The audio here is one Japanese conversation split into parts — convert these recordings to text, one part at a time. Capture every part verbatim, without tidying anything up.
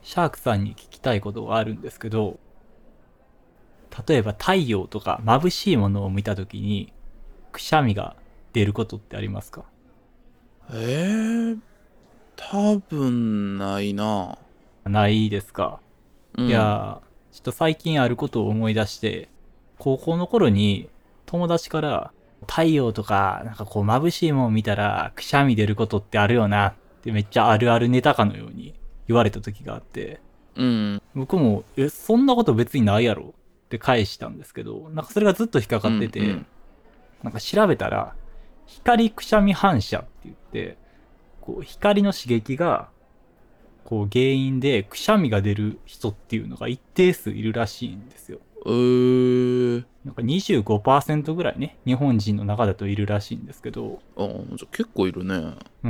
シャークさんに聞きたいことがあるんですけど、例えば太陽とか眩しいものを見たときにくしゃみが出ることってありますか？ えー、多分ないな。 ないですか？いうん。 やー、ちょっと最近あることを思い出して、高校の頃に友達から太陽とかなんかこう眩しいものを見たらくしゃみ出ることってあるよなってめっちゃあるあるネタかのように言われた時があって、 うん。 僕も、え、そんなこと別にないやろって返したんですけど、なんかそれがずっと引っかかうん。 ってて、 うん。 なんか調べたら、光くしゃみ反射って言って、こう光の刺激がこう原因でくしゃみが出る人っていうのが一定数いるらしいんですよ。 えー。 なんかにじゅうごパーセントぐらいね、日本人の中だといるらしいんですけど、 あ、じゃあ結構いるね。 うん。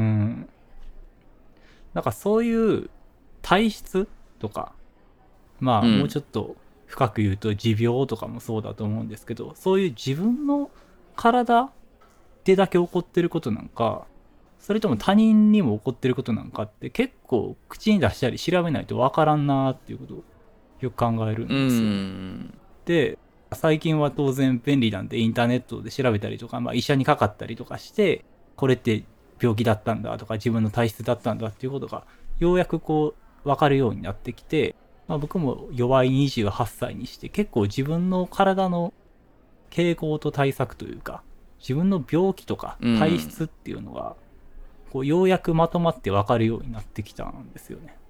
なんかそういう体質とか、まあもううん。 ちょっと深く言うと持病とかもそうだと思うんですけど、そういう自分の体でだけ起こってることなんか、それとも他人にも起こってることなんかって結構口に出したり調べないとわからんなーっていうことをよく考えるうんですよ。 ん。 で、最近は当然便利なんでインターネットで調べたりとか、まあ医者にかかったりとかして、これって病気だったんだとか自分の体質だったんだっていうことがようやくこう分かるようになってきて、まあ、僕も弱いにじゅうはっさいにして結構自分の体の傾向と対策というか、自分の病気とかうん。 体質っていうのがこうようやくまとまって分かるようになってきたんですよね。 うん。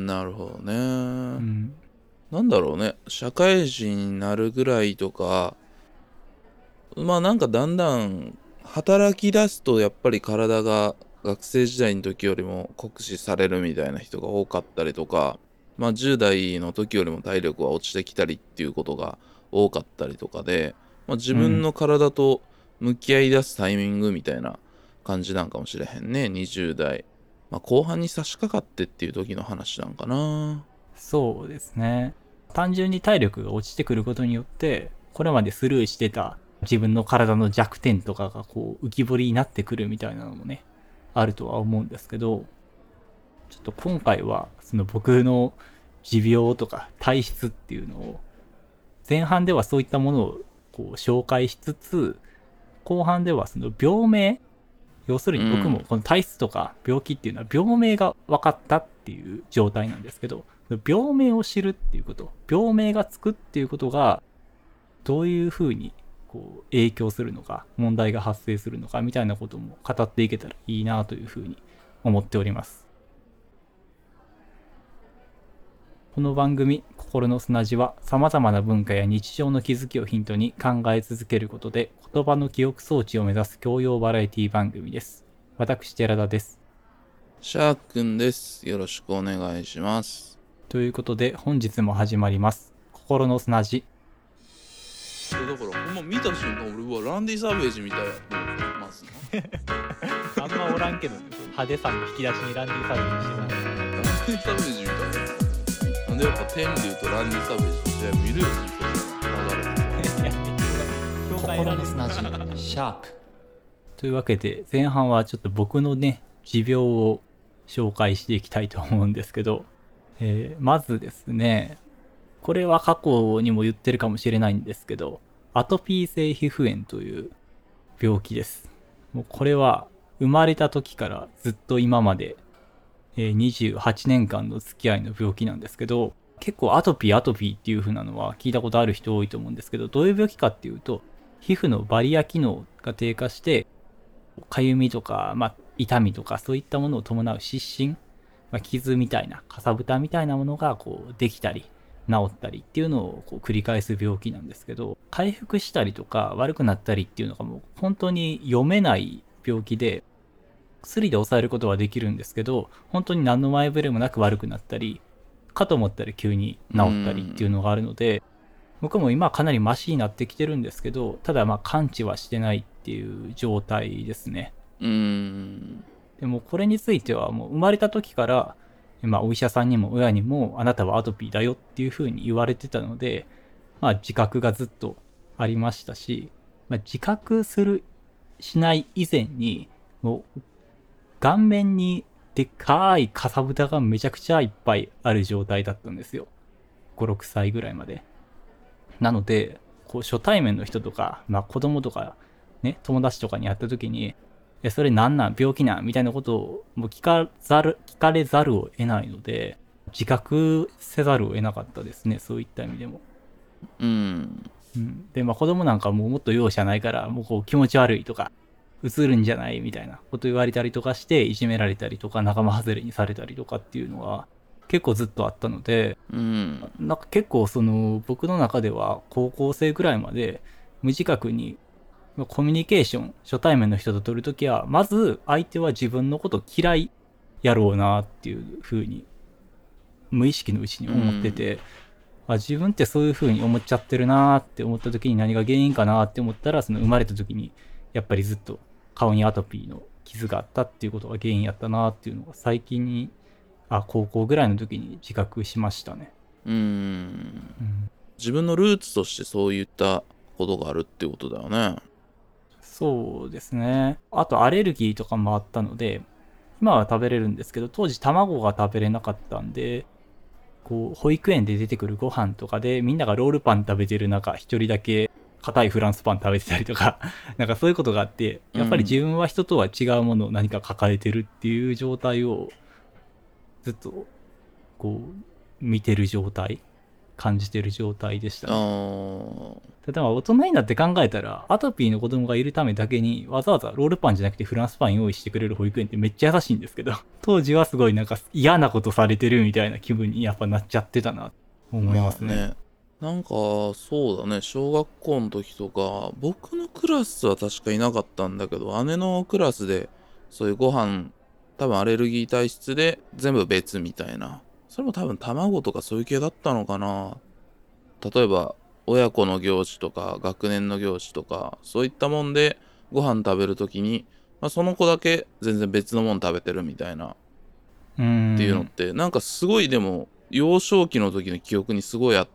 なるほどね。 うん。 なんだろうね。社会人になるぐらいとか、まあなんかだんだん働き出すとやっぱり体が学生時代の時よりも酷使されるみたいな人が多かったりとか、まあじゅう代の時よりも体力が落ちてきたりっていうことが多かったりとかで、まあ自うん。 分の体と向き合い出すタイミングみたいな感じなんかもしれへんね。にじゅう代。まあ後半に差し掛かってっていう時の話なんかな。 そうですね。単純に体力が落ちてくることによって、これまでスルーしてた自分の体の弱点とかがこう浮き彫りになってくるみたいなのもね、あるとは思うんですけど、ちょっと今回はその僕の持病とか体質っていうのを前半ではそういったものをこう紹介しつつ、後半ではその病名、要するに僕もうん。 この体質とか病気っていうのは病名が分かったっていう状態なんですけど、病名を知るっていうこと、病名がつくっていうことがどういうふうにこう影響するのか、問題が発生するのかみたいなことも語っていけたらいいなというふうに思っております。この番組心の砂地は様々な文化や日常の気づきをヒントに考え続けることで言葉の記憶装置を目指す教養バラエティ番組です。私、寺田です。 シャークくんです。よろしくお願いします。 ということで本日も始まります。心の砂地。 いやだからほんま見た瞬間俺はランディ・サーベージみたいやと思うまずな。 あんまおらんけどね、派手さの引き出しにランディサービスしてた。 ランディ・サーベージみたいやなんでやっぱ天で言うとランディ・サーベージの試合見るよずっと流れて心の砂地シャープ。というわけで前半はちょっと僕のね持病を紹介していきたいと思うんですけど、えーまずですね、これは過去にも言ってるかもしれないんですけど、アトピー性皮膚炎という病気です。もうこれは生まれた時からずっと今まで、えーにじゅうはちねんかんの付き合いの病気なんですけど、結構アトピーアトピーっていう風なのは聞いたことある人多いと思うんですけど、どういう病気かっていうと、皮膚のバリア機能が低下して、かゆみとか、まあ、痛みとかそういったものを伴う湿疹、まあ、傷みたいな、かさぶたみたいなものがこうできたり、治ったりっていうのをこう繰り返す病気なんですけど、回復したりとか悪くなったりっていうのがもう本当に読めない病気で、薬で抑えることはできるんですけど、本当に何の前触れもなく悪くなったり、かと思ったら急にうー治ったりっていうんのがあるので、僕も今かなりマシになってきてるんですけど、ただまあ完治はしてないっていう状態ですね。 うーんでもこれについてはもう生まれた時から、まあ、お医者さんにも親にもあなたはアトピーだよっていう風に言われてたので、まあ、自覚がずっとありましたし、まあ、自覚するしない以前にもう顔面にでっかいかさぶたがめちゃくちゃいっぱいある状態だったんですよ。ご、ろくさいぐらいまで。なので、こう初対面の人とか、まあ子供とか、ね、友達とかに会った時に、え、それなんなん病気なんみたいなことをもう聞かざる、聞かれざるを得ないので、自覚せざるを得なかったですね、そういった意味でも。 うん。 うん、で、まあ子供なんかもうもっと容赦ないから、もうこう気持ち悪いとか、うつるんじゃないみたいなこと言われたりとかして、いじめられたりとか、仲間外れにされたりとかっていうのは結構ずっとあったので、 うん。 なんか結構その僕の中では高校生ぐらいまで無自覚にコミュニケーション、初対面の人と取るときは、まず相手は自分のこと嫌いやろうなっていう風に無意識のうちに思ってて、あ、自分ってそういう風に思っちゃってるなーって思った時に何が原因かなって思ったら、その生まれた時にやっぱりずっと顔にアトピーの傷があったっていうことが原因やったなっていうのが最近に、あ、高校ぐらいの時に自覚しましたね。 うん。 うん、 自分のルーツとしてそういったことがあるってことだよね。 そうですね。あとアレルギーとかもあったので、今は食べれるんですけど、当時卵が食べれなかったんで、こう、保育園で出てくるご飯とかで、みんながロールパン食べてる中、一人だけ硬いフランスパン食べてたりとか、なんかそういうことがあって、やっぱり自分は人とは違うものを何か抱えてるっていう状態を、ずっと、こう、見てる状態、感じてる状態でしたあね。 ー例えば大人になって考えたら、アトピーの子供がいるためだけに、わざわざロールパンじゃなくてフランスパン用意してくれる保育園ってめっちゃ優しいんですけど、当時はすごいなんか嫌なことされてるみたいな気分にやっぱなっちゃってたな、思いますね。 まあね。なんか、そうだね。小学校の時とか、僕のクラスは確かいなかったんだけど、姉のクラスで、そういうご飯、多分アレルギー体質で全部別みたいな。それも多分卵とかそういう系だったのかな。例えば、親子の行事とか、学年の行事とか、そういったもんで、ご飯食べるときに、まあ、その子だけ全然別のもの食べてるみたいな。 うーん。 っていうのってなんかすごいでも幼少期の時の記憶にすごいあって、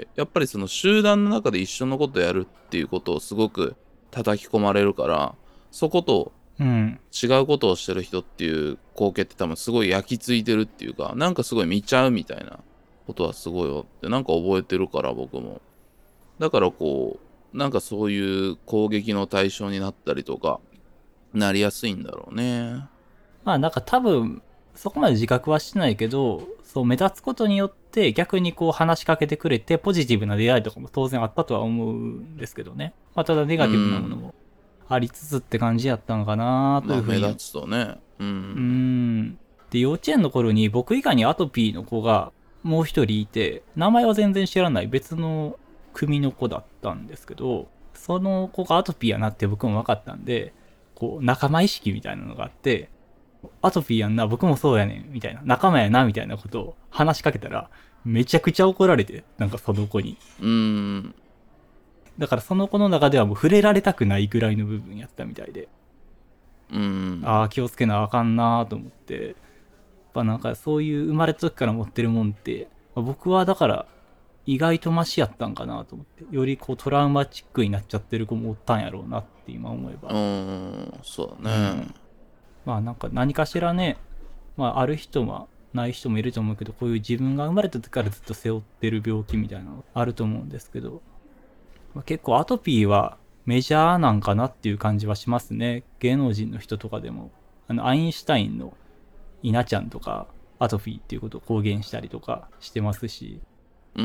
やっぱりその集団の中で一緒のことやるっていうことをすごく叩き込まれるから、そことうん。 違うことをしてる人っていう光景って多分すごい焼き付いてるっていうか、なんかすごい見ちゃうみたいなことはすごいあってなんか覚えてるから、僕もだからこうなんかそういう攻撃の対象になったりとかなりやすいんだろうね。 まあなんか多分、そこまで自覚はしてないけど、そう目立つことによって逆にこう話しかけてくれてポジティブな出会いとかも当然あったとは思うんですけどね。まあただネガティブなものもありつつって感じやったのかなというふうに。 まあ目立つとね。ううーん。 ん。で、幼稚園の頃に僕以外にアトピーの子がもう一人いて、名前は全然知らない別の組の子だったんですけど、その子がアトピーやなって僕も分かったんで、こう仲間意識みたいなのがあって、アトピーやんな、僕もそうやねん、みたいな、仲間やな、みたいなことを話しかけたら、めちゃくちゃ怒られて、なんかその子に。 うーん。 だからその子の中ではもう触れられたくないぐらいの部分やったみたいで、 うん。 ああ、気をつけなあかんなと思って、やっぱなんかそういう生まれた時から持ってるもんって、まあ僕はだから意外とマシやったんかなと思って、よりこうトラウマチックになっちゃってる子もおったんやろうなって今思えば。 うーん。そうだね。 うんまあなんか何かしらね、まあある人はない人もいると思うけど、こういう自分が生まれた時からずっと背負ってる病気みたいなのあると思うんですけど、まあ、結構アトピーはメジャーなんかなっていう感じはしますね。芸能人の人とかでも、あのアインシュタインの稲ちゃんとかアトピーっていうことを公言したりとかしてますし、 うん。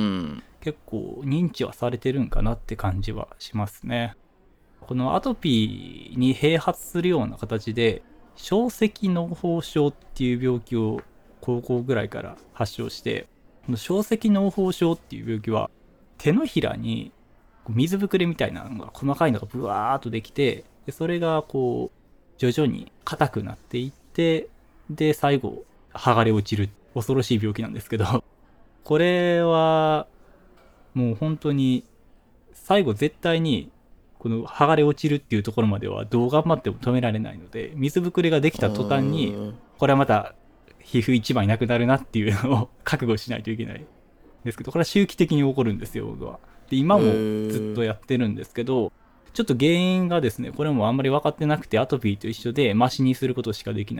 結構認知はされてるんかなって感じはしますね。このアトピーに併発するような形で、小石脳胞症っていう病気を高校ぐらいから発症して、この小石脳胞症っていう病気は手のひらに水ぶくれみたいなのが細かいのがブワーっとできて、でそれがこう徐々に硬くなっていって、で最後剥がれ落ちる恐ろしい病気なんですけど、これはもう本当に最後絶対にこの剥がれ落ちるっていうところまではどう頑張っても止められないので、水ぶくれができた途端にこれはまた皮膚一枚なくなるなっていうのを覚悟しないといけないですけど、これは周期的に起こるんですよ、僕は。で今もずっとやってるんですけど、ちょっと原因がですね、これもあんまり分かってなくて、アトピーと一緒でマシにすることしかできない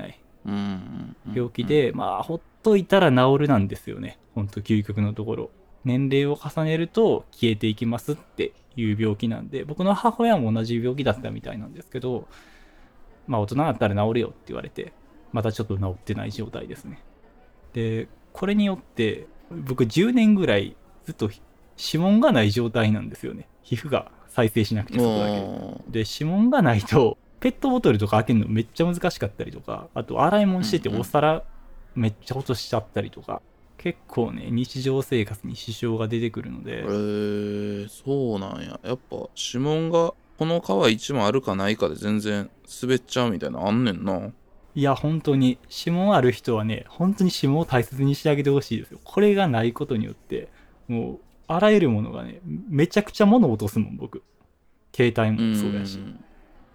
うんうんうん病気で、まあほっといたら治るなんですよね。ほんと究極のところ。年齢を重ねると消えていきますっていう病気なんで、僕の母親も同じ病気だったみたいなんですけど、まあ大人だったら治るよって言われて、またちょっと治ってない状態ですね。で、これによって僕じゅうねんぐらいずっと指紋がない状態なんですよね。皮膚が再生しなくて、そこだけ。 おーで、指紋がないと、ペットボトルとか開けるのめっちゃ難しかったりとか、あと洗い物しててうんうんお皿めっちゃ落としちゃったりとか、結構ね、日常生活に支障が出てくるのえで、 ー、そうなんや。やっぱ指紋がこの皮一枚あるかないかで全然滑っちゃうみたいなのあんねんな。 いや、本当に、指紋ある人はね、本当に指紋を大切にしてあげてほしいですよ。これがないことによって、もう、あらゆるものがね、めちゃくちゃ物を落とすもん、僕。携帯うもそうやし。 ん。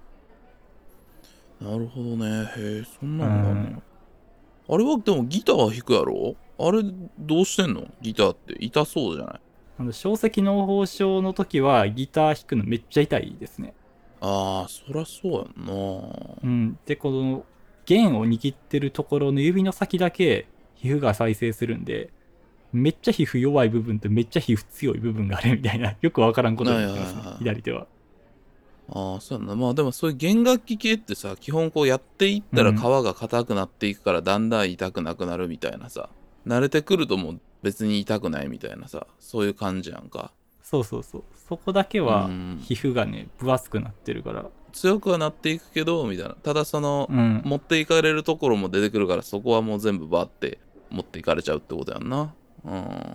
なるほどね。へえ、そんうなのがあんねん。 ん。 あれはでもギターは弾くやろ？あれどうしてんの？ギターって痛そうじゃない？ あの、小石脳胞症の時は、ギター弾くのめっちゃ痛いですね。 ああ、そりゃそうやんな。 うん。で、この、弦を握ってるところの指の先だけ、皮膚が再生するんで、めっちゃ皮膚弱い部分とめっちゃ皮膚強い部分があるみたいな、よくわからんことになってますね、 はいはいはい。 左手は。 ああ、そうやんな。まあでもそういう弦楽器系ってさ、基本こうやっていったら皮うん。 が硬くなっていくからだんだん痛くなくなるみたいなさ。慣れてくるともう別に痛くないみたいなさ。そういう感じやんか。 そうそうそう。そこだけうはん。 皮膚がね、分厚くなってるから。 強くはなっていくけど、みたいな。ただその、 うん。 持っていかれるところも出てくるから、そこはもう全部バーって持っていかれちゃうってことやんな。うん。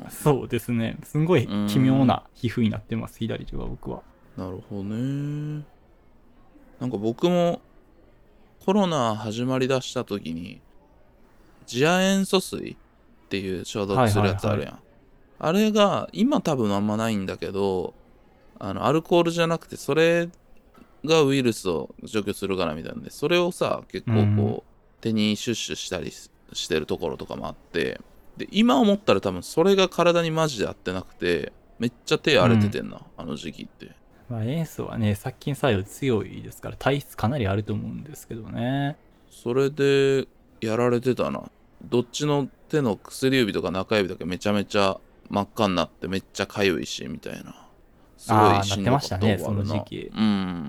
そうですね。すんごいうー奇妙ん。 な皮膚になってます、左手は僕は。 なるほどね。なんか僕もコロナ始まりだした時に、次亜塩素水っていう消毒はいするはいはい。 やつあるやん。あれが今多分あんまないんだけど、あのアルコールじゃなくてそれがウイルスを除去するからみたいなんで、それをさ結うん。 構こう手にシュッシュしたりししてるところとかもあって、で今思ったら多分それが体にマジで合ってなくて、めっちゃ手荒れてうん。 てんな、あの時期って。 まあ、塩素はね、殺菌作用強いですから、体質かなりあると思うんですけどね。 それでやられてたな。どっちの手の薬指とか中指だけめちゃめちゃ真っ赤になってめっちゃかゆいしみたいな。すごああ、なっいしんどかったてましたね、そ覚えあるな。 の時期。 うん。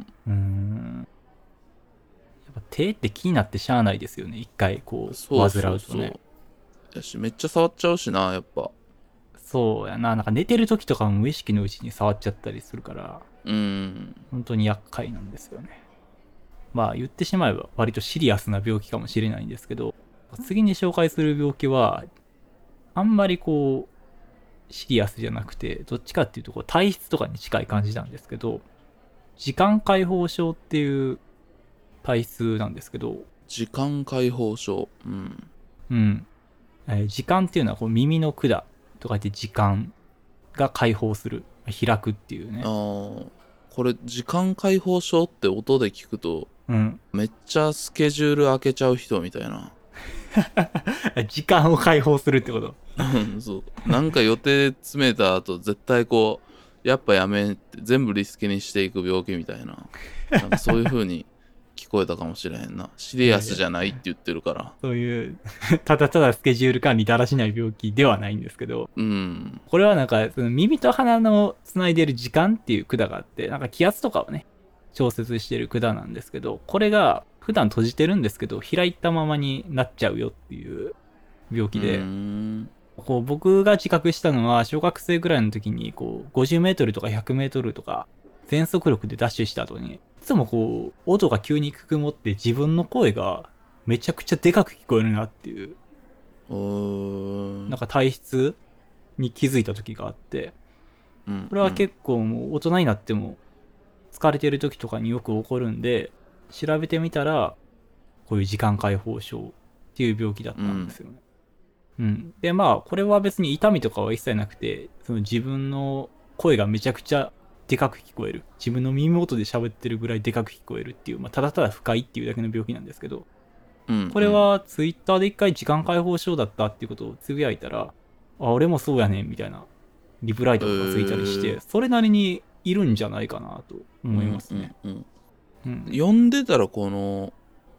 うーん。やっぱ手って気になってしゃあないですよね、一回こう、 そう患うとね。 そうそう。やし、めっちゃ触っちゃうしな、やっぱ。 そうやな、なんか寝てる時とかも無意識のうちに触っちゃったりするから、 うん。 本当に厄介なんですよね。まあ言ってしまえば割とシリアスな病気かもしれないんですけど、次に紹介する病気は、あんまりこう、シリアスじゃなくて、どっちかっていうとこう体質とかに近い感じなんですけど、時間解放症っていう体質なんですけど、 時間解放症。うん。 うん。えー時間っていうのはこう耳の管とか言って時間が解放する、開くっていうあね。 ーこれ、時間解放症って音で聞くと、 うん。 めっちゃスケジュール開けちゃう人みたいな。 時間を解放するってこと。 うんそう。なんか予定詰めた後、絶対こう、やっぱやめんって全部リスケにしていく病気みたいな。なんかそういう風に聞こえたかもしれへんな。シリアいやいや、 スじゃないって言ってるから。 そういうただただスケジュール管理だらしない病気ではないんですけど、 うん。 これはなんか、その耳と鼻の繋いでる時間っていう管があって、なんか気圧とかをね、調節してる管なんですけど、これが普段閉じてるんですけど、開いたままになっちゃうよっていう病うー気で、 ん。 こう僕が自覚したのは、小学生ぐらいの時に、こう、ごじゅうメートルとかひゃくメートルとか、全速力でダッシュした後に、いつもこう、音が急にくくもって自分の声がめちゃくちゃでかく聞こえるなっていう、 うーん。 なんか体質に気づいた時があって、 うん。 これはうん。 結構もう大人になっても疲れてる時とかによく起こるんで、調べてみたら、こういう時間解放症っていう病気だっうん。 たんですよね。うん。で、まあ、これは別に痛みとかは一切なくて、その自分の声がめちゃくちゃでかく聞こえる。自分の耳元で喋ってるぐらいでかく聞こえるっていう、まあ、ただただ不快っていうだけの病気なんですけど、 うん。 これはツイッターで一回時間解放症だったっていうことをつぶやいたら、あ、俺もそうやねんみたいなリプライえとかがついたりして、 ー。 それなりにいるんじゃないかなと思いまうん。 すね。 うん。うん。 うん。 読んでたらこの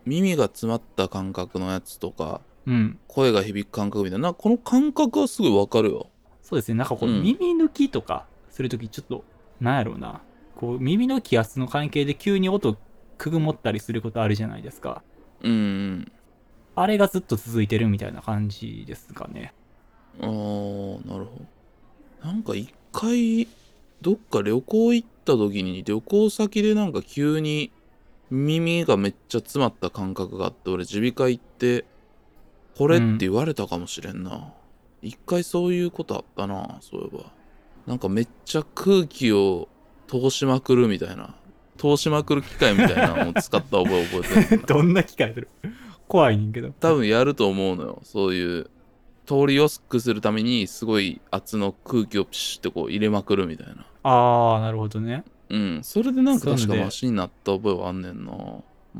耳が詰まった感覚のやつとか、 うん。 声が響く感覚みたいな、この感覚はすごいわかるよ。 そうですね。なんかこう、 うん耳抜きとかするとき、ちょっと、なんやろうな。こう、耳の気圧の関係で急に音くぐもったりすることあるじゃないですか。 うんうんあれがずっと続いてるみたいな感じですかね。 あーなるほど。なんか一回どっか旅行行った時に旅行先でなんか急に耳がめっちゃ詰まった感覚があって、俺耳鼻科行ってこれってうん。 言われたかもしれんな。一回そういうことあったな、そういえば。なんかめっちゃ空気を通しまくるみたいな、通しまくる機械みたいなのを使った覚え覚えてんねんな。 どんな機械する怖いねんけど。 多分やると思うのよ、そういう通りやすくするためにすごい圧の空気をピシッてこう入れまくるみたいな。 あー、なるほどね。 うん、それでなんか確かマそういうので、 シになった覚えはあんねんな。うん。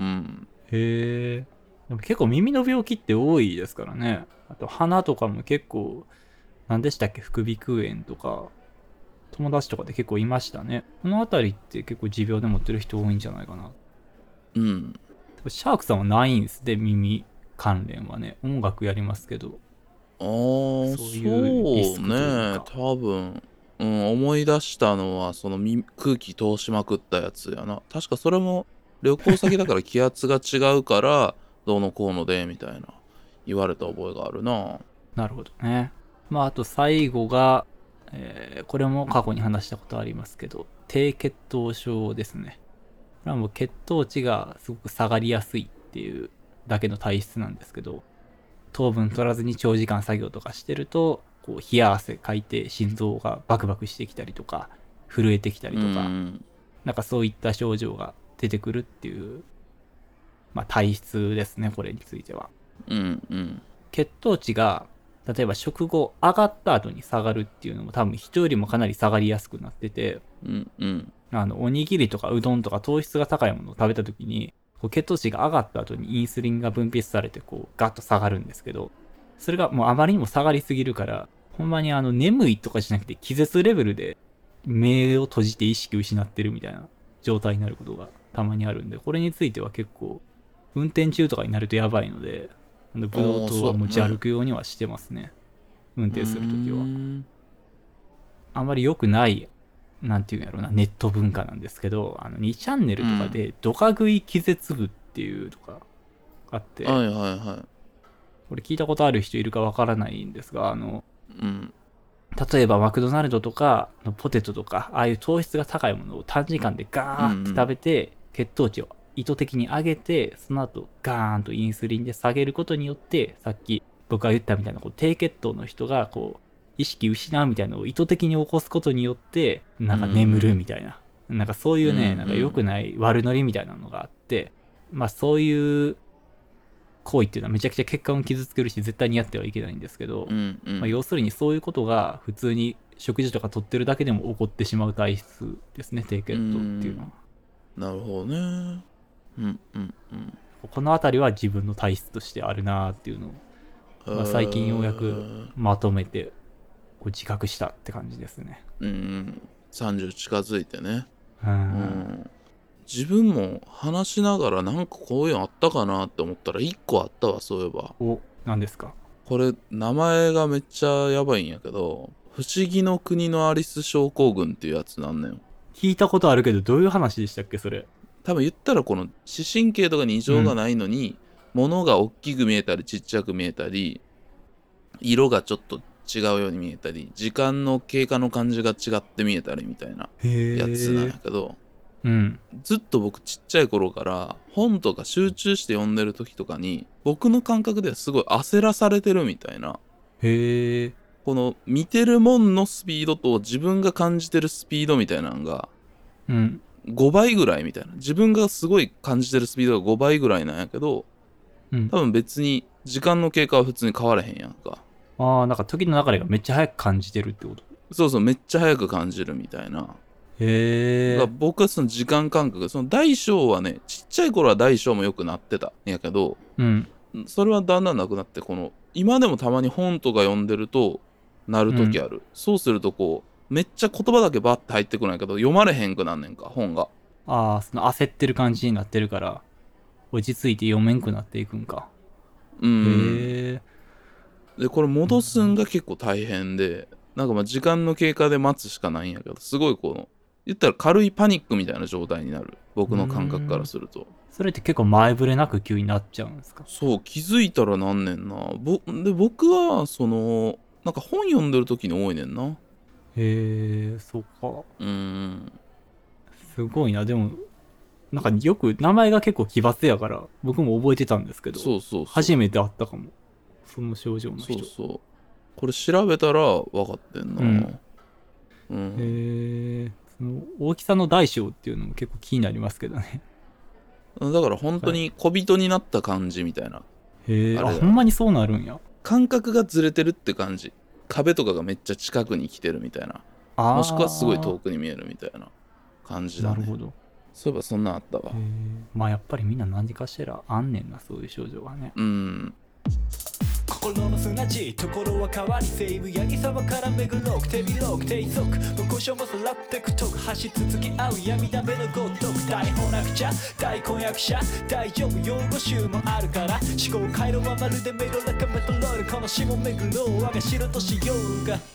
へえ。でも結構耳の病気って多いですからね。あと鼻とかも結構、何でしたっけ、副鼻腔炎とか、友達とかで結構いましたね。この辺りって結構持病で持ってる人多いんじゃないかな。 うん。 シャークさんはないんですね、耳関連はね。音楽やりますけど、 ああ、 そういうリスそうクというね。 か。 多分、うん、思い出したのは、そのみ空気通しまくったやつやな。確かそれも旅行先だから気圧が違うから、どうのこうので、みたいな言われた覚えがあるな。 なるほどね。まあ、あと最後が、えーこれも過去に話したことありますけど、低血糖症ですね。これはもう血糖値がすごく下がりやすいっていうだけの体質なんですけど、糖分取らずに長時間作業とかしてると、こう冷や汗かいて心臓がバクバクしてきたりとか、震えてきたりうとか、 ん。 なんかそういった症状が出てくるっていう、まあ体質ですね、これについては。 うんうん。 血糖値が、例えば食後上がった後に下がるっていうのも多分人よりもかなり下がりやすくなってて、 うんうん。 あの、おにぎりとかうどんとか糖質が高いものを食べた時に、こう血糖値が上がった後にインスリンが分泌されて、こう、ガッと下がるんですけど、それがもうあまりにも下がりすぎるから、ほんまにあの、眠いとかじゃなくて気絶レベルで目を閉じて意識失ってるみたいな状態になることがたまにあるんで、これについては結構、運転中とかになるとやばいので、あの、ブドウああ、 糖は持ちそうね。 歩くようにはしてますね。運うー転するときは。 ん。 あんまり良くない、なんていうんやろうな、ネット文化なんですけど、あの、にチャンネルとかうん。 で、ドカ食い気絶部っていうとかあって、 はいはいはこれ聞いたことある人いるかわからないんですが、あの、 い。うん。 例えばマクドナルドとかのポテトとか、ああいう糖質が高いものを短時間でうんうガーって食ん。 べて、血糖値を意図的に上げて、その後ガーンとインスリンで下げることによって、さっき僕が言ったみたいな、こう低血糖の人がこう、意識失うみたいなのを意図的に起こすことによって、なんか眠るみたいな。なんかそういううんうね、なんか良くん。 ない悪ノリみたいなのがあって、まあそういう行為っていうのはめちゃくちゃ血管を傷つけるし、絶対にやってはいけないんですけど、 うんうまあ、 ん。 要するにそういうことが普通に食事とか取ってるだけでも起こってしまう体質ですね、低うー血糖っていうのは。 ん。なるほどね。うんうんうん。 このあたりは自分の体質としてあるなーっていうのを、 へまあ、最近ようやくーまとめてこう自覚したって感じですね。 うんうん。さんじゅう近づいてね。 ううんん。 ん。自分も話しながらなんかこういうのあったかなって思ったらいっこあったわ、そういえば。 お、何ですか？ これ名前がめっちゃやばいんやけど、不思議の国のアリス症候群っていうやつなんねん。 聞いたことあるけど、どういう話でしたっけ、それ。 多分言ったらこの視神経とかに異うん。 常がないのに、物が大きく見えたりちっちゃく見えたり、色がちょっと違うように見えたり、時間の経過の感じが違って見えたりみたいなやつなんへえ。 やけど、 うん。 ずっと僕ちっちゃい頃から本とか集中して読んでる時とかに、僕の感覚ではすごい焦らされてるみたいな、 へえ。 この見てるもんのスピードと自分が感じてるスピードみたいなのがうん。 ごばいぐらいみたいな、自分がすごい感じてるスピードがごばいぐらいなんやけど、 うん。 多分別に時間の経過は普通に変わらへんやんか。 ああ、なんか時の流れがめっちゃ早く感じてるってこと。 そうそう、めっちゃ早く感じるみたいな。がへえ。 僕はその時間感覚、その大小はね、ちっちゃい頃は大小も良くなってたんやけど、 うん。 それはだんだんなくなって、この今でもたまに本とか読んでるとなるうん。 時ある。そうするとこうめっちゃ言葉だけバッて入ってくるんやけど読まれへんくなんねんか、本が。 ああ、その焦ってる感じになってるから、 落ち着いて読めんくなっていくんか。 うんへえ。 でこれ戻すんが結構大変で、なんかまあ時間の経過で待つしかないんやけど、すごいこの言ったら軽いパニックみたいな状態になる、僕の感覚からすると。 それって結構前触れなく急になっちゃうんですか？ そう、気づいたらなんねんな。ぼで僕はそのなんか本読んでる時に多いねんな。 へえ、そうか。 うーんすごいな。でも、なんかよく名前が結構奇抜やから、僕も覚えてたんですけど、 そうそうそう初めて会ったかも。その症状の人。 そうそう、これ調べたら分かってんな。 うんうんへえ、その大きさの大小っていうのも結構気になりますけどね。 だから本当に小人になった感じみたいな、 へえ、あ、 あれだほんまにそうなるんや。 感覚がずれてるって感じ。壁とかがめっちゃ近くに来てるみたいな、 あもしくはすごい遠あ、 くに見えるみたいな感じだね。 なるほど。 そういえばそんなんあったわ。 へえ、まあやっぱりみんな何かしらあんねんな、そういう症状がね。 うん心の砂地ところは変わり西武八木沢から巡ろう手広く低速無故障もさらってくとく走り続き合う闇だめのごとく台本なくちゃ大婚約者大丈夫用語集もあるから思考回路はまるでメロラカメトロールこの下巡ろう我が城としようが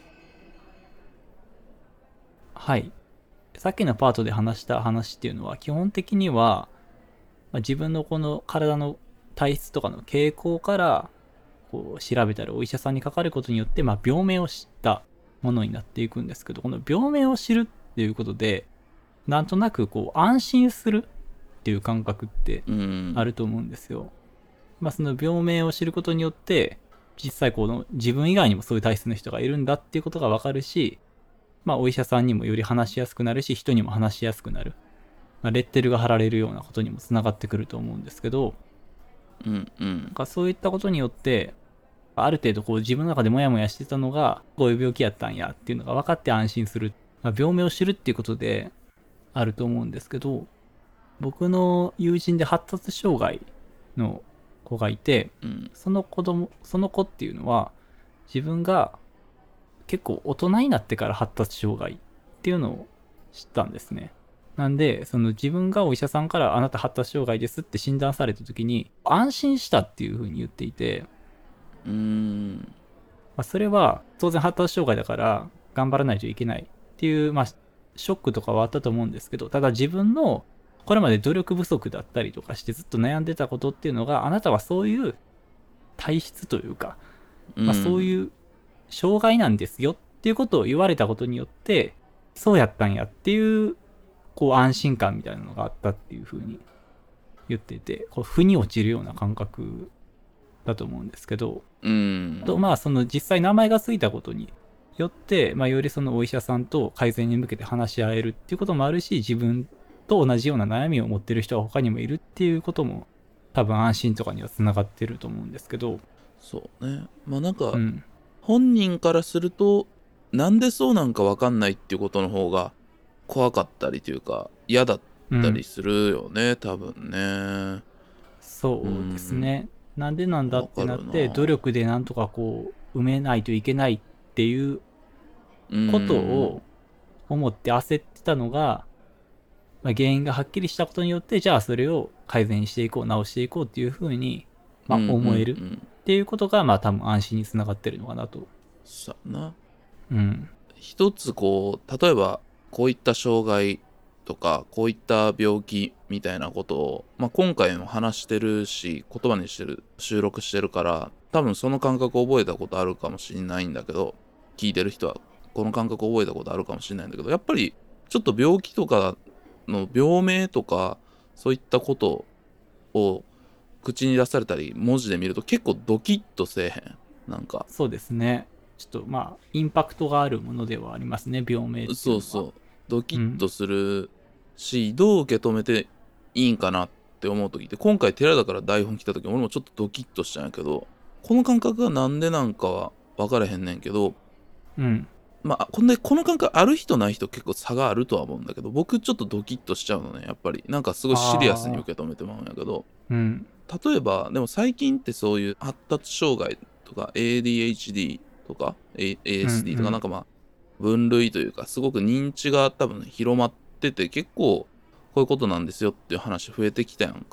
はい。さっきのパートで話した話っていうのは基本的には、まあ、自分のこの体の体質とかの傾向からこう調べたりお医者さんにかかることによって、まあ、病名を知ったものになっていくんですけど、この病名を知るっていうことでなんとなくこう安心するっていう感覚ってうんあると思うんですよ。まあ、その病名を知ることによって実際この自分以外にもそういう体質の人がいるんだっていうことが分かるし、まあ、お医者さんにもより話しやすくなるし人にも話しやすくなる、まあ、レッテルが貼られるようなことにもつながってくると思うんですけど、 うんうんなんかそういったことによってある程度こう自分の中でモヤモヤしてたのがこういう病気やったんやっていうのが分かって安心する、まあ、病名を知るっていうことであると思うんですけど、僕の友人で発達障害の子がいて、 うんその子供その子っていうのは自分が結構大人になってから発達障害っていうのを知ったんですね。なんでその自分がお医者さんからあなた発達障害ですって診断された時に安心したっていう風に言っていて、 うーんまあ、それは当然発達障害だから頑張らないといけないっていう、まあ、ショックとかはあったと思うんですけど、ただ自分のこれまで努力不足だったりとかしてずっと悩んでたことっていうのがあなたはそういう体質というか、まあ、そうういう障害なんですよっていうことを言われたことによってそうやったんやっていうこう安心感みたいなのがあったっていう風に言っていて、こう腑に落ちるような感覚だと思うんですけど、 んとまあその実際名前がついたことによって、まあ、よりそのお医者さんと改善に向けて話し合えるっていうこともあるし、自分と同じような悩みを持ってる人が他にもいるっていうことも多分安心とかにはつながってると思うんですけど、 そうね。まあなんか、 うん本人からするとなんでそうなんか分かんないっていうことの方が怖かったりというか嫌だったりするよね、うん、多分ね。 そうですね、うん、なんでなんだってなってな努力でなんとかこう埋めないといけないっていうことを思って焦ってたのが、まあ、原因がはっきりしたことによってじゃあそれを改善していこう直していこうっていうふうに、まあ、思えるっていうことがまあ多分安心につながってるのかなと。 さな、 うん、 一つこう例えばこういった障害とかこういった病気みたいなことを、まあ、今回も話してるし言葉にしてる収録してるから多分その感覚を覚えたことあるかもしれないんだけど、聞いてる人はこの感覚を覚えたことあるかもしれないんだけど、やっぱりちょっと病気とかの病名とかそういったことを口に出されたり文字で見ると結構ドキッとせえへん？なんかそうですね、ちょっとまあインパクトがあるものではありますね、病名っていうのは。 そうそうドキッとするし、うん、どう受け止めていいんかなって思う時って今回寺田から台本来た時俺もちょっとドキッとしたんやけど、この感覚がなんでなんかは分からへんねんけど、 うんまあこんでこの感覚ある人ない人結構差があるとは思うんだけど、僕ちょっとドキッとしちゃうのね、やっぱりなんかすごいシリアスに受け止めてまうんやけど、 うん、 例えばでも最近ってそういう発達障害とか エーディーエイチディー とか エーエスディー とかなんかまあ分類というかすごく認知が多分広まってて結構こういうことなんですよっていう話増えてきたやんか。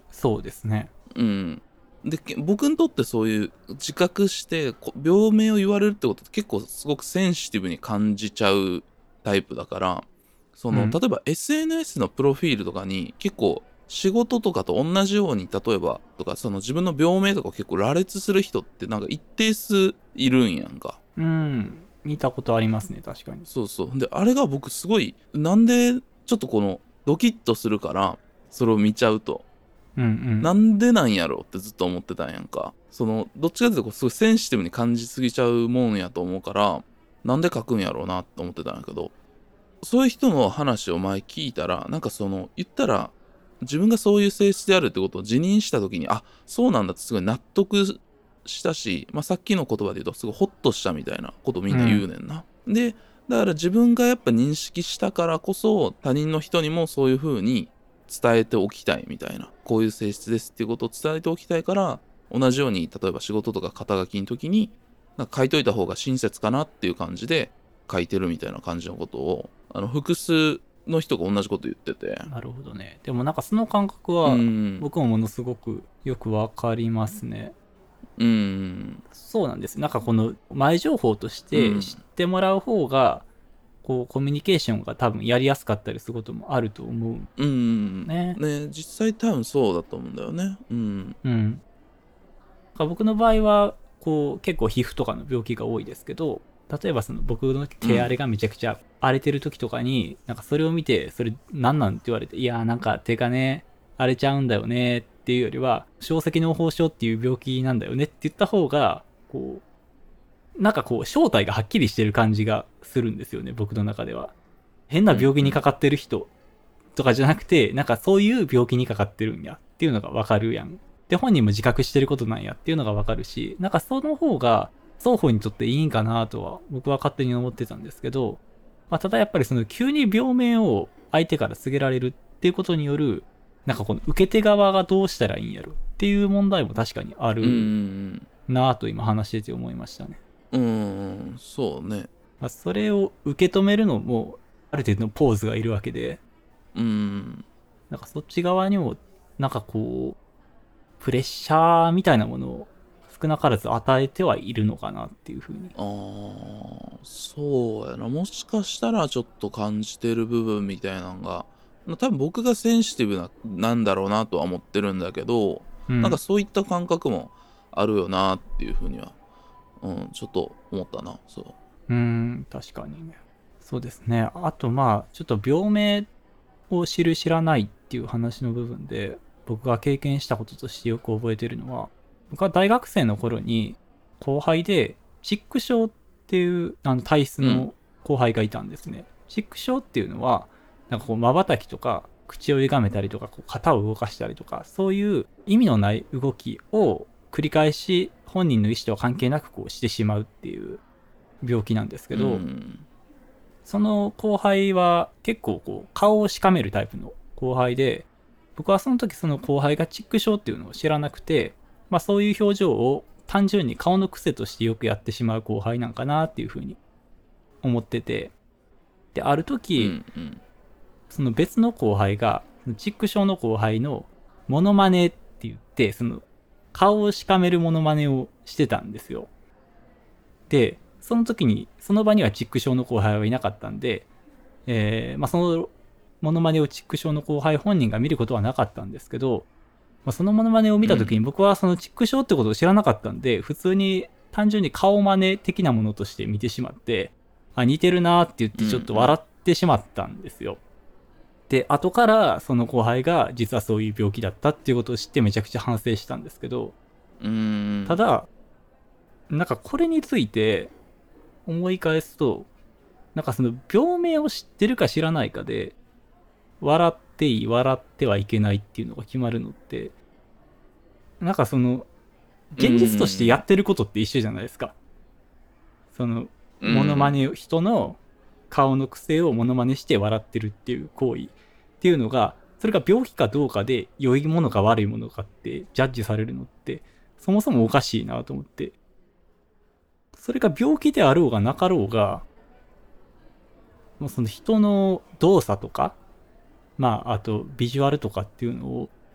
そうですね。 うんでけ僕にとってそういう自覚してこ病名を言われるってことって結構すごくセンシティブに感じちゃうタイプだから、その、 うん例えば エスエヌエス のプロフィールとかに結構仕事とかと同じように、例えばとかその自分の病名とかを結構羅列する人ってなんか一定数いるんやんか。 うん見たことありますね、確かに。 そうそうであれが僕すごいなんでちょっとこのドキッとするから、それを見ちゃうとうんうんなんでなんやろってずっと思ってたんやんか。そのどっちかというとすごいセンシティブに感じすぎちゃうもんやと思うから、なんで書くんやろうなって思ってたんやけど、そういう人の話を前聞いたら、なんかその言ったら自分がそういう性質であるってことを自認した時に、あ、そうなんだってすごい納得したし、まあ、さっきの言葉で言うとすごいホッとしたみたいなことをみんな言うねんな。うん、でだから自分がやっぱ認識したからこそ他人の人にもそういう風に伝えておきたいみたいな、こういう性質ですっていうことを伝えておきたいから、同じように例えば仕事とか肩書きの時になんか書いといた方が親切かなっていう感じで書いてるみたいな感じのことを、あの複数の人が同じこと言ってて。 なるほどね。でもなんかその感覚はうん僕もものすごくよくわかりますね。 うんそうなんです。なんかこの前情報としてうん知ってもらう方が、こうコミュニケーションが多分やりやすかったりすることもあると思う。 うんねね実際多分そうだと思うんだよね。うんうん。なんか僕の場合はこう結構皮膚とかの病気が多いですけど、例えばその僕の手荒れがめちゃくちゃ荒れてる時とかに、なんかそれを見て、それなんなんって言われて、いやーなんか手がね荒れちゃうんだよねっていうよりは、小石脳胞症っていう病気なんだよねって言った方が、こうなんかこう正体がはっきりしてる感じがするんですよね、僕の中では。変な病気にかかってる人とかじゃなくて、なんかそういう病気にかかってるんやっていうのがわかるやん。で、本人も自覚してることなんやっていうのがわかるし、なんかその方が双方にとっていいんかなとは僕は勝手に思ってたんですけど、まあ、ただやっぱりその急に病名を相手から告げられるっていうことによる、なんかこの受け手側がどうしたらいいんやろっていう問題も確かにあうるんなぁと今話してて思いましたね。 うんそうね。 まあ、それを受け止めるのもある程度のポーズがいるわけで、 うんなんかそっち側にもなんかこうプレッシャーみたいなものを少なからず与えてはいるのかなっていうふうに。 ああそうやな、もしかしたらちょっと感じてる部分みたいなのが多分僕がセンシティブななんだろうなとは思ってるんだけど、 うん、 なんかそういった感覚もあるよなっていうふうには、うん、ちょっと思ったな。そううーん、確かにね。そうですね。あとまあ、ちょっと病名を知る知らないっていう話の部分で、僕が経験したこととしてよく覚えてるのは、僕は大学生の頃に後輩で、チック症っていうあの体質の後輩がいたんですね。うん、チック症っていうのは、なんかこう瞬きとか、口を歪めたりとか、こう肩を動かしたりとか、そういう意味のない動きを繰り返し本人の意思とは関係なくこうしてしまうっていう病気なんですけど、うん、その後輩は結構こう顔をしかめるタイプの後輩で、僕はその時その後輩がチック症っていうのを知らなくて、まあそういう表情を単純に顔の癖としてよくやってしまう後輩なんかなっていうふうに思ってて、である時、うんうん、その別の後輩がチック症の後輩のモノマネって言って、その顔をしかめるモノマネをしてたんですよ。でその時にその場にはチック症の後輩はいなかったんで、えーまあ、そのモノマネをチック症の後輩本人が見ることはなかったんですけど、まあ、そのモノマネを見た時に僕はそのチック症ってことを知らなかったんで、うん、普通に単純に顔真似的なものとして見てしまって、あ似てるなって言ってちょっと笑ってしまったんですよ。うん、で後からその後輩が実はそういう病気だったっていうことを知ってめちゃくちゃ反省したんですけど、 うーんただなんかこれについて思い返すと、なんかその病名を知ってるか知らないかで笑っていい笑ってはいけないっていうのが決まるのって、なんかその現実としてやってることって一緒じゃないですか。そのモノマネを、人の顔の癖をモノマネして笑ってるっていう行為っていうのが、それが病気かどうかで良いものか悪いものかってジャッジされるのってそもそもおかしいなと思って、それが病気であろうがなかろうが、もうその人の動作とか、まああとビジュアルとかっていうのを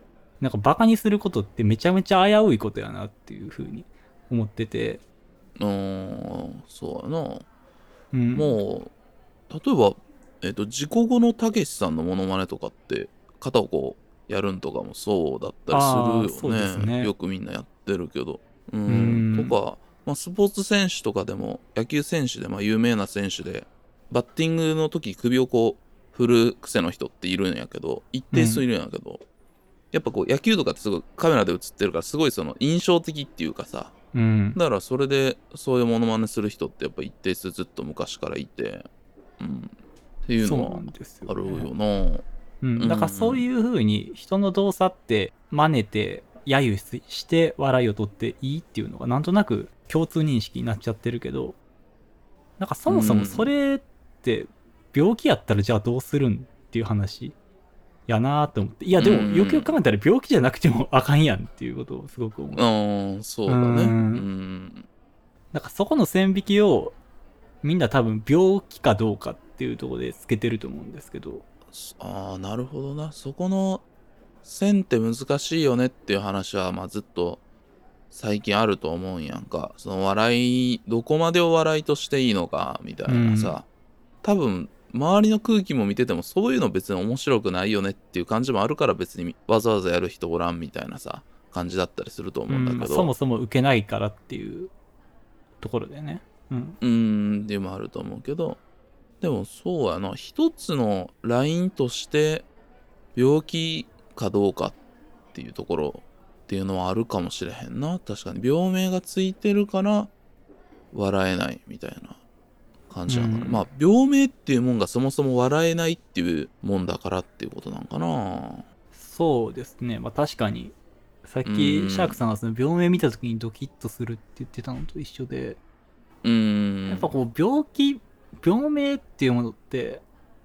なんかバカにすることってめちゃめちゃ危ういことやなっていう風に思ってて、 うーん、そうやな。 うん、 もう、例えば、えっと、事故後のたけしさんのモノマネとかって、肩をこう、やるんとかもそうだったりするよああそうですね。 ね。 よくみんなやってるけど。う。 うんんとか、まあ、スポーツ選手とかでも、野球選手で、まあ、有名な選手で、バッティングの時首をこう、振る癖の人っているんやけど、一定数いるんやけど、やっぱこう、野球とかってすごいカメラで映ってるから、すごいその印象的っていうかさ、 うんだからそれでそういうモノマネする人ってやっぱ一定数ずっと昔からいて、うん、っていうそうのはなんですよ、 あるね。 よな。 うん、だからそういう風に人の動作って真似て揶揄して笑いを取っていいっていうのがなんとなく共通認識になっちゃってるけど、なんかそもそもそれって病気やったらじゃあどうするんっていう話やなと思って、いやでもよくよく考えたら病気じゃなくてもあかんやんっていうことをすごく思う。 うん、そうだね。 ううんん。 なんかそこの線引きをみんな多分病気かどうかっていうところでつけてると思うんですけど、 ああ、なるほどな。そこの線って難しいよねっていう話は、まあずっと最近あると思うんやんか。その笑い、どこまでを笑いとしていいのかみたいなさ。多分、周りの空気も見ててもそういうの別に面白くないよねっていう感じもあるから別にわざわざやる人おらんみたいなさ、感じだったりすると思うんだけど。 うん、そもそも受けないからっていうところでね。うん。 うーん、っていうのもあると思うけど、でもそうやな、一つのラインとして病気かどうかっていうところっていうのはあるかもしれへんな。確かに病名がついてるから笑えないみたいな感じなのかな。 うんまあ病名っていうもんがそもそも笑えないっていうもんだからっていうことなんかな。 そうですね。まあ確かに、さっきうんシャークさんがその病名見た時にドキッとするって言ってたのと一緒で、 うーん。 やっぱこう病気、病名っていうものって、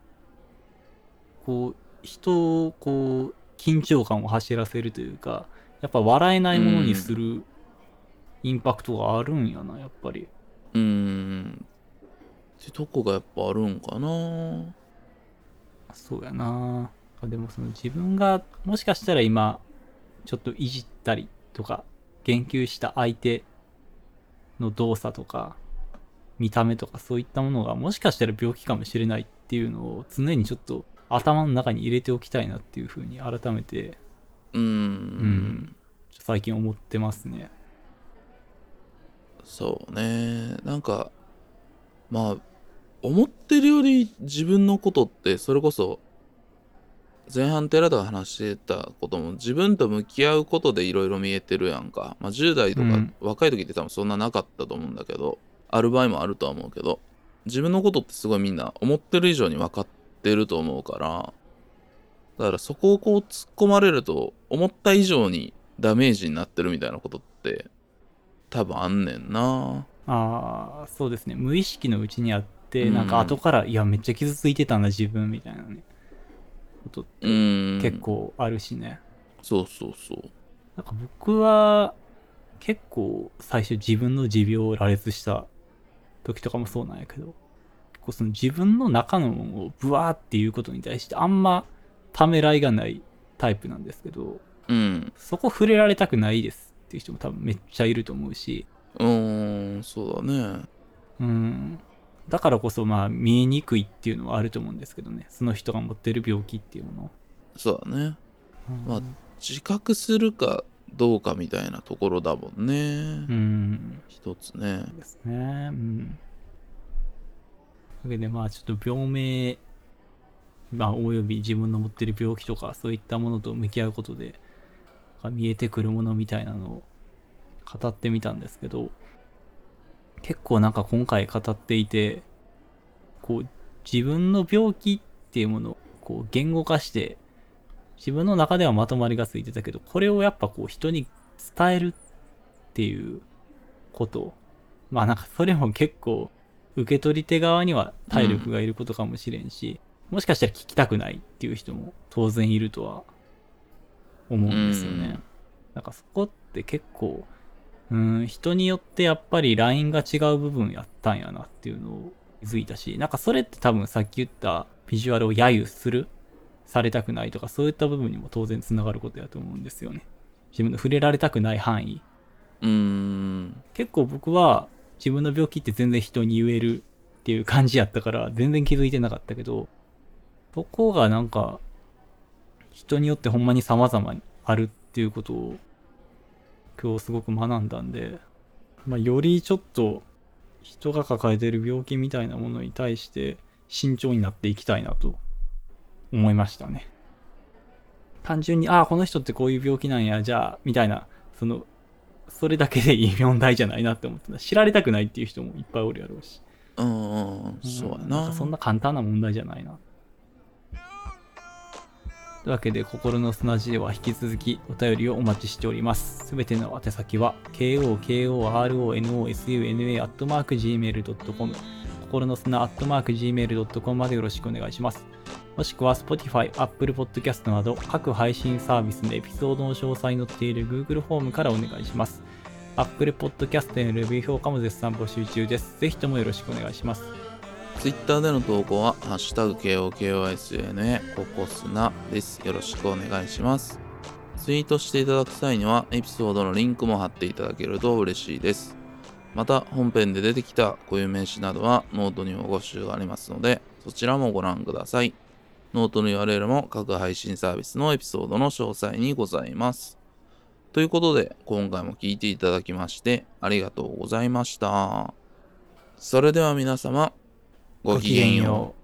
こう人をこう緊張感を走らせるというか、やっぱ笑えないものにするインパクトがあるんやな、やっぱり。 うーん。ってとこがやっぱあるんかな。 そうやな。でもその自分がもしかしたら今ちょっといじったりとか言及した相手の動作とか見た目とかそういったものがもしかしたら病気かもしれないっていうのを常にちょっと頭の中に入れておきたいなっていうふうに改めて、 うーん。 うん、最近思ってますね。 そうね。なんか、まあ、思ってるより自分のことってそれこそ前半寺田が話してたことも自分と向き合うことでいろいろ見えてるやんか。まあじゅう代とかうん若い時って多分そんななかったと思うんだけど、ある場合もあるとは思うけど、自分のことってすごいみんな思ってる以上に分かってると思うから、だからそこをこう突っ込まれると思った以上にダメージになってるみたいなことって多分あんねんな。 ああ、そうですね。無意識のうちにあって、 うんなんか後から、いや、めっちゃ傷ついてたな、自分みたいなね、ことっうてーん。 結構あるしね。 そうそうそう。 なんか僕は結構最初自分の持病を羅列した時とかもそうなんやけど、結構その自分の中のものをブワーっていうことに対してあんまためらいがないタイプなんですけど、 うん。 そこ触れられたくないですっていう人も多分めっちゃいると思うし、 うーん、そうだね。 うん。だからこそまあ見えにくいっていうのはあると思うんですけどね。その人が持ってる病気っていうものを。 そうだね。 うんまあ、自覚するかどうかみたいなところだもんね。 うん。 一つね。 ですね。うん。というわけでまあちょっと病名、まあおよび自分の持ってる病気とかそういったものと向き合うことで見えてくるものみたいなのを語ってみたんですけど、結構なんか今回語っていて、こう自分の病気っていうものをこう言語化して自分の中ではまとまりがついてたけど、これをやっぱこう人に伝えるっていうこと、まあなんかそれも結構受け取り手側には体力がいることかもしれんし、うん、もしかしたら聞きたくないっていう人も当然いるとは思うんですよね。うん、なんかそこって結構うーん人によってやっぱりラインが違う部分やったんやなっていうのを気づいたし、なんかそれって多分さっき言ったビジュアルを揶揄するされたくないとか、そういった部分にも当然つながることやと思うんですよね。自分の触れられたくない範囲。 うーん。 結構僕は自分の病気って全然人に言えるっていう感じやったから全然気づいてなかったけど、そこがなんか人によってほんまに様々にあるっていうことを今日すごく学んだんで、まあ、よりちょっと人が抱えている病気みたいなものに対して慎重になっていきたいなと思いましたね。単純に、ああ、この人ってこういう病気なんや、じゃあ、みたいな、その、それだけでいい問題じゃないなって思ってた。知られたくないっていう人もいっぱいおるやろうし。 うん、うん、そうやな。 なんかそんな簡単な問題じゃないな。というわけで、心の砂地では引き続きお便りをお待ちしております。すべての宛先は、ケーオーケーオーアールオーエヌオーエスユーエヌエー アットマーク ジーメールドットコム、心の砂 アットマーク ジーメールドットコム までよろしくお願いします。もしくは Spotify、Apple Podcast など各配信サービスのエピソードの詳細に載っている Google フォームからお願いします。Apple Podcast へのレビュー評価も絶賛募集中です。ぜひともよろしくお願いします。 Twitter での投稿は、ハッシュタグ ケーオーケーオーエスエヌエー ココスナです。よろしくお願いします。ツイートしていただく際には、エピソードのリンクも貼っていただけると嬉しいです。また、本編で出てきた固有名詞などはノートにも募集がありますので、そちらもご覧ください。ノートの ユーアールエル も各配信サービスのエピソードの詳細にございます。ということで、今回も聞いていただきましてありがとうございました。それでは皆様、ごきげんよう。